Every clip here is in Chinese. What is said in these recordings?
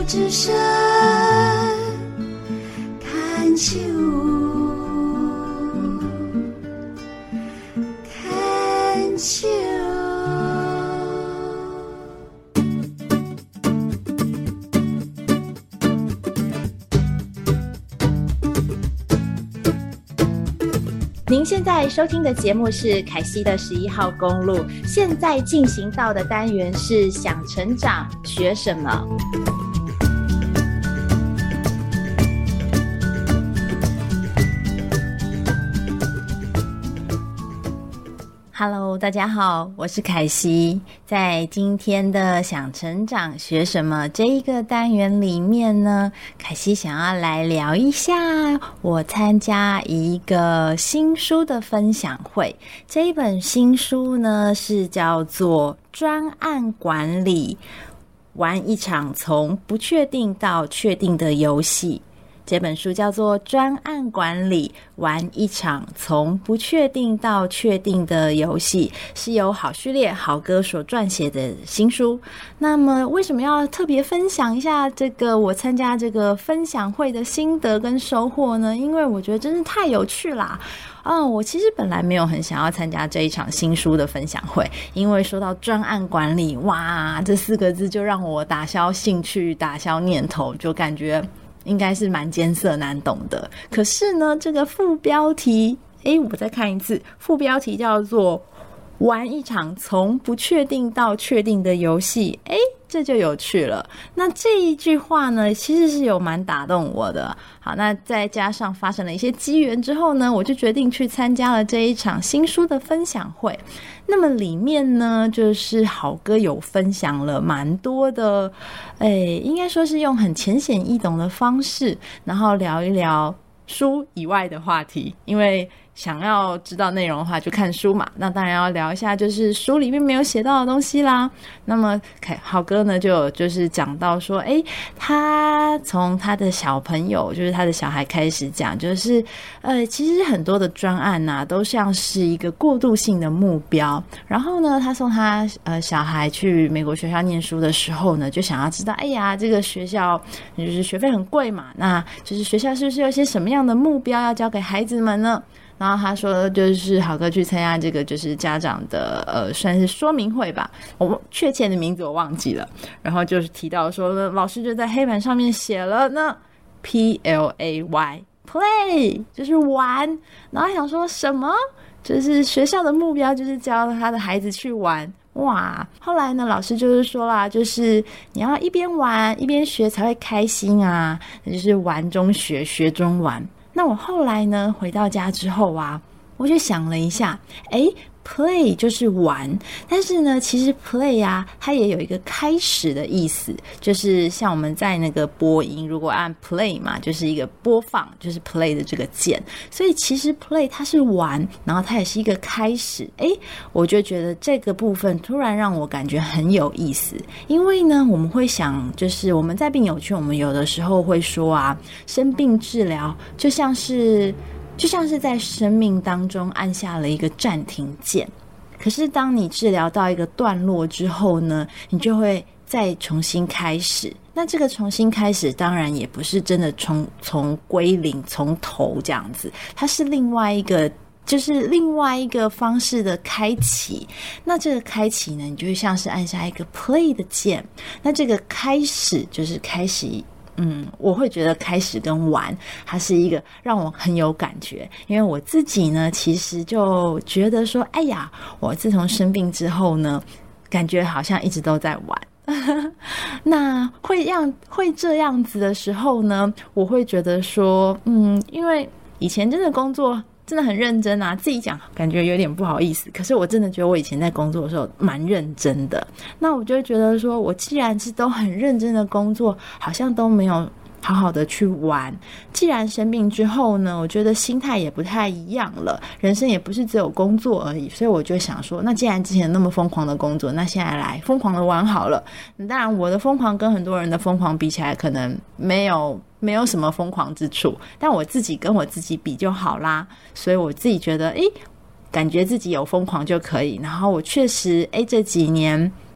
之声看秋，看秋。 您现在收听的节目是凯西的11号公路，现在进行到的单元是想成长学什么。Hello， 大家好，我是凯西。在今天的想成长学什么这一个单元里面呢，凯西想要来聊一下我参加一个新书的分享会。这一本新书呢是叫做专案管理，玩一场从不确定到确定的游戏。这本书叫做专案管理，玩一场从不确定到确定的游戏，是由好序列好哥所撰写的新书。那么为什么要特别分享一下这个我参加这个分享会的心得跟收获呢？因为我觉得真是太有趣啦。我其实本来没有很想要参加这一场新书的分享会，因为说到专案管理，哇，这4个字就让我打消兴趣，打消念头，就感觉应该是蛮艰涩难懂的。可是呢，这个副标题，我再看一次，副标题叫做玩一场从不确定到确定的游戏，这就有趣了。那这一句话呢，其实是有蛮打动我的。好，那再加上发生了一些机缘之后呢，我就决定去参加了这一场新书的分享会。那么里面呢，就是好哥有分享了蛮多的，应该说是用很浅显易懂的方式，然后聊一聊书以外的话题。因为想要知道内容的话就看书嘛，那当然要聊一下就是书里面没有写到的东西啦。那么好哥呢就是讲到说，他从他的小朋友，就是他的小孩开始讲，就是其实很多的专案啊都像是一个过渡性的目标。然后呢，他送他小孩去美国学校念书的时候呢，就想要知道，这个学校就是学费很贵嘛，那就是学校是不是有些什么样的目标要交给孩子们呢？然后他说，就是好哥去参加这个就是家长的算是说明会吧，我确切的名字我忘记了。然后就是提到说，老师就在黑板上面写了呢 PLAY play 就是玩。然后想说什么？就是学校的目标就是教他的孩子去玩。哇！后来呢，老师就是说啦，就是你要一边玩一边学才会开心啊，那就是玩中学，学中玩。那我后来呢，回到家之后啊，我就想了一下，play 就是玩，但是呢，其实 play 啊，它也有一个开始的意思，就是像我们在那个播音，如果按 play 嘛，就是一个播放，就是 play 的这个键，所以其实 play 它是玩，然后它也是一个开始。我就觉得这个部分突然让我感觉很有意思，因为呢，我们会想，就是我们在病友圈，我们有的时候会说啊，生病治疗就像是在生命当中按下了一个暂停键，可是当你治疗到一个段落之后呢，你就会再重新开始。那这个重新开始当然也不是真的从归零从头这样子，它是另外一个方式的开启。那这个开启呢，你就会像是按下一个 play 的键，那这个开始就是开始。我会觉得开始跟玩它是一个让我很有感觉，因为我自己呢其实就觉得说，我自从生病之后呢，感觉好像一直都在玩那会这样子的时候呢，我会觉得说因为以前真的工作真的很认真啊，自己讲感觉有点不好意思，可是我真的觉得我以前在工作的时候蛮认真的。那我就会觉得说，我既然是都很认真的工作，好像都没有好好的去玩。既然生病之后呢，我觉得心态也不太一样了，人生也不是只有工作而已，所以我就想说，那既然之前那么疯狂的工作，那现在来疯狂的玩好了。当然我的疯狂跟很多人的疯狂比起来，可能没有什么疯狂之处，但我自己跟我自己比就好啦。所以我自己觉得感觉自己有疯狂就可以。然后我确实这几年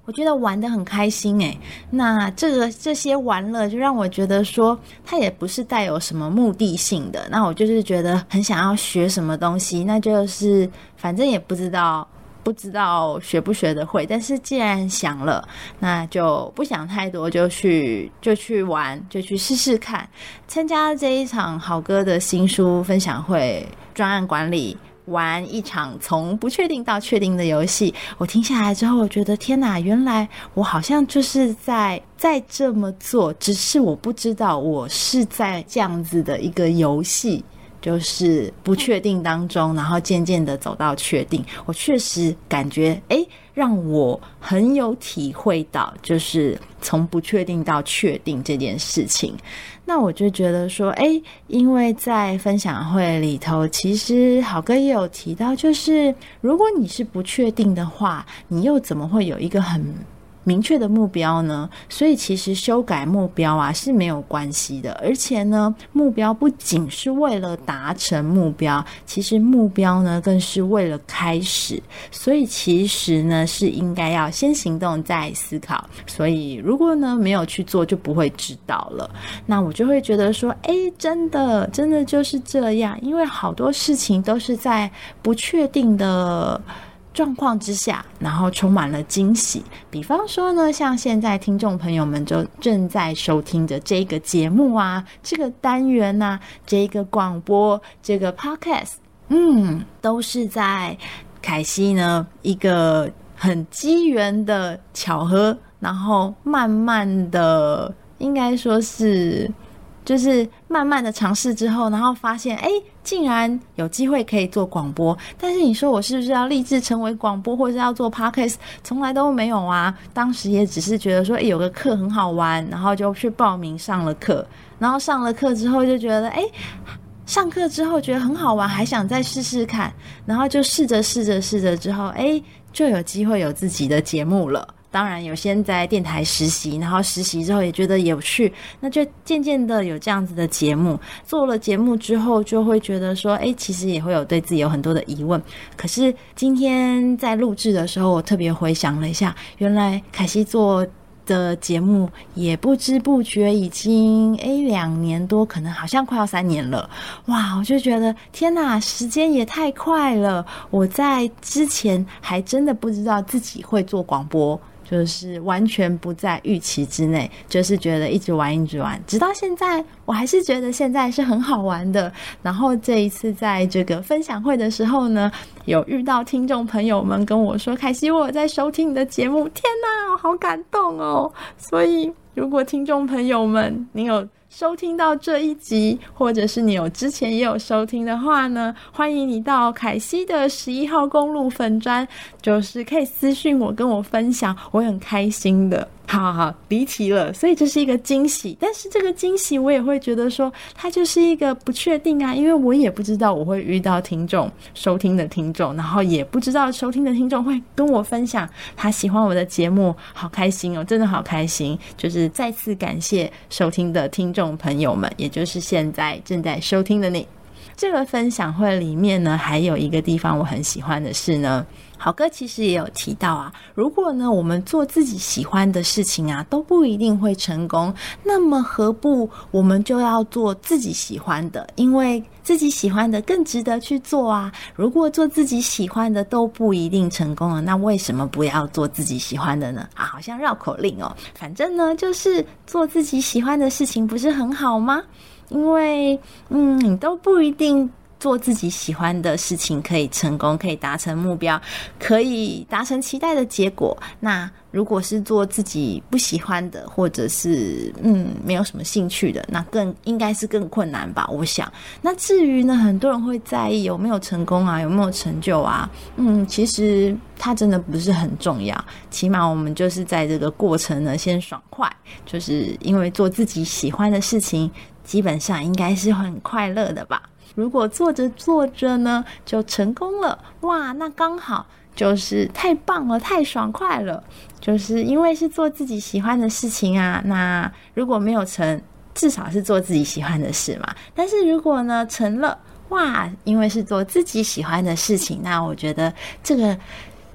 我觉得玩得很开心诶。那这些玩乐就让我觉得说它也不是带有什么目的性的，那我就是觉得很想要学什么东西，那就是反正也不知道学不学得会，但是既然想了，那就不想太多，就去玩，就去试试看。参加这一场好哥的新书分享会，专案管理，玩一场从不确定到确定的游戏。我听下来之后，我觉得天哪，原来我好像就是在这么做，只是我不知道我是在这样子的一个游戏，就是不确定当中，然后渐渐的走到确定。我确实感觉让我很有体会到，就是从不确定到确定这件事情。那我就觉得说因为在分享会里头，其实好哥也有提到，就是如果你是不确定的话，你又怎么会有一个很明确的目标呢？所以其实修改目标啊是没有关系的，而且呢，目标不仅是为了达成目标，其实目标呢更是为了开始。所以其实呢是应该要先行动再思考。所以如果呢没有去做，就不会知道了。那我就会觉得说真的就是这样，因为好多事情都是在不确定的状况之下，然后充满了惊喜。比方说呢，像现在听众朋友们就正在收听着这个节目啊，这个单元啊，这个广播，这个 podcast，都是在凯西呢一个很机缘的巧合，然后慢慢的，应该说是就是慢慢的尝试之后，然后发现竟然有机会可以做广播。但是你说我是不是要立志成为广播，或是要做 podcast？ 从来都没有啊。当时也只是觉得说有个课很好玩，然后就去报名上了课，然后上了课之后就觉得上课之后觉得很好玩，还想再试试看，然后就试着之后就有机会有自己的节目了。当然有先在电台实习，然后实习之后也觉得有趣，那就渐渐的有这样子的节目。做了节目之后就会觉得说其实也会有对自己有很多的疑问。可是今天在录制的时候，我特别回想了一下，原来凯西做的节目也不知不觉已经2年多，可能好像快要3年了。哇，我就觉得天哪，时间也太快了。我在之前还真的不知道自己会做广播，就是完全不在预期之内，就是觉得一直玩，直到现在我还是觉得现在是很好玩的。然后这一次在这个分享会的时候呢，有遇到听众朋友们跟我说，凯西我有在收听你的节目，天哪，我好感动哦。所以如果听众朋友们你有收听到这一集，或者是你有之前也有收听的话呢，欢迎你到凯西的11号公路粉专，就是可以私讯我跟我分享，我很开心的。好离题了，所以这是一个惊喜，但是这个惊喜我也会觉得说它就是一个不确定啊，因为我也不知道我会遇到收听的听众，然后也不知道收听的听众会跟我分享他喜欢我的节目，好开心哦，真的好开心。就是再次感谢收听的听众朋友们，也就是现在正在收听的你。这个分享会里面呢，还有一个地方我很喜欢的是呢，好哥其实也有提到啊，如果呢我们做自己喜欢的事情啊都不一定会成功，那么何不我们就要做自己喜欢的，因为自己喜欢的更值得去做啊。如果做自己喜欢的都不一定成功了，那为什么不要做自己喜欢的呢？好像绕口令哦。反正呢就是做自己喜欢的事情不是很好吗？因为你都不一定做自己喜欢的事情可以成功，可以达成目标，可以达成期待的结果。那如果是做自己不喜欢的，或者是没有什么兴趣的，那应该是更困难吧，我想。那至于呢，很多人会在意有没有成功啊，有没有成就啊，其实它真的不是很重要，起码我们就是在这个过程呢先爽快，就是因为做自己喜欢的事情基本上应该是很快乐的吧。如果做着呢就成功了，哇，那刚好就是太棒了，太爽快了。就是因为是做自己喜欢的事情啊，那如果没有成，至少是做自己喜欢的事嘛。但是如果呢成了，哇，因为是做自己喜欢的事情，那我觉得这个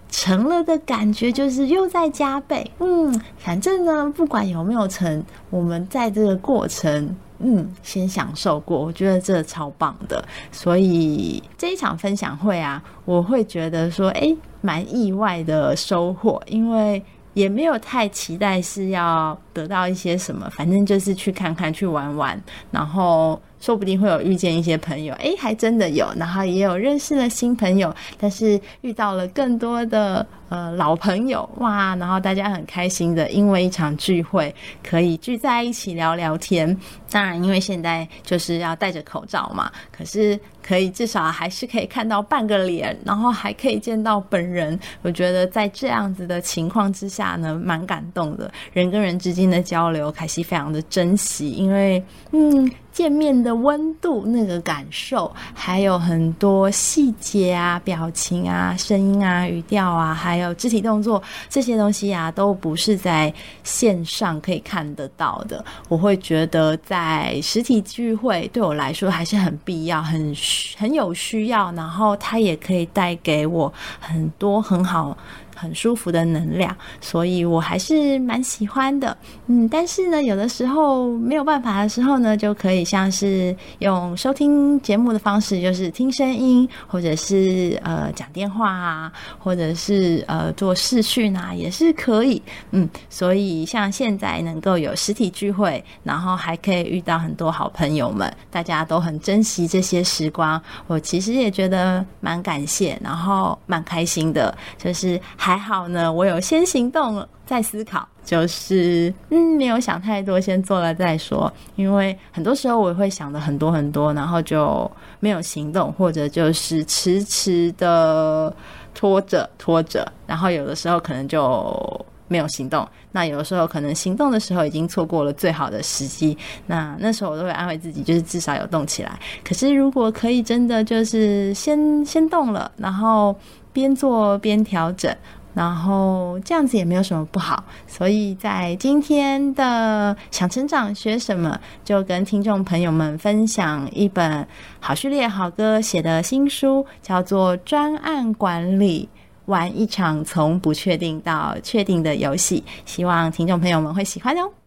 成了的感觉就是又在加倍。反正呢，不管有没有成，我们在这个过程先享受过，我觉得这超棒的。所以这一场分享会啊，我会觉得说蛮意外的收获，因为也没有太期待是要得到一些什么，反正就是去看看去玩玩，然后说不定会有遇见一些朋友，还真的有，然后也有认识了新朋友，但是遇到了更多的老朋友，哇，然后大家很开心的因为一场聚会可以聚在一起聊聊天。当然因为现在就是要戴着口罩嘛，可是可以至少还是可以看到半个脸，然后还可以见到本人。我觉得在这样子的情况之下呢，蛮感动的。人跟人之间的交流，凯西非常的珍惜，因为见面的温度，那个感受，还有很多细节啊、表情啊、声音啊、语调啊，还有肢体动作，这些东西啊，都不是在线上可以看得到的。我会觉得在实体聚会对我来说还是很必要、很有需要，然后它也可以带给我很多很好很舒服的能量，所以我还是蛮喜欢的。但是呢，有的时候没有办法的时候呢，就可以像是用收听节目的方式，就是听声音，或者是讲电话啊，或者是做视讯啊，也是可以。所以像现在能够有实体聚会，然后还可以遇到很多好朋友们，大家都很珍惜这些时光，我其实也觉得蛮感谢，然后蛮开心的。就是还好呢，我有先行动再思考，就是没有想太多，先做了再说。因为很多时候我会想的很多很多，然后就没有行动，或者就是迟迟的拖着，然后有的时候可能就没有行动，那有的时候可能行动的时候已经错过了最好的时机，那时候我都会安慰自己，就是至少有动起来。可是如果可以真的就是先动了，然后边做边调整，然后这样子也没有什么不好。所以在今天的想成长学什么，就跟听众朋友们分享一本好序列好哥写的新书，叫做专案管理，玩一场从不确定到确定的游戏，希望听众朋友们会喜欢哦。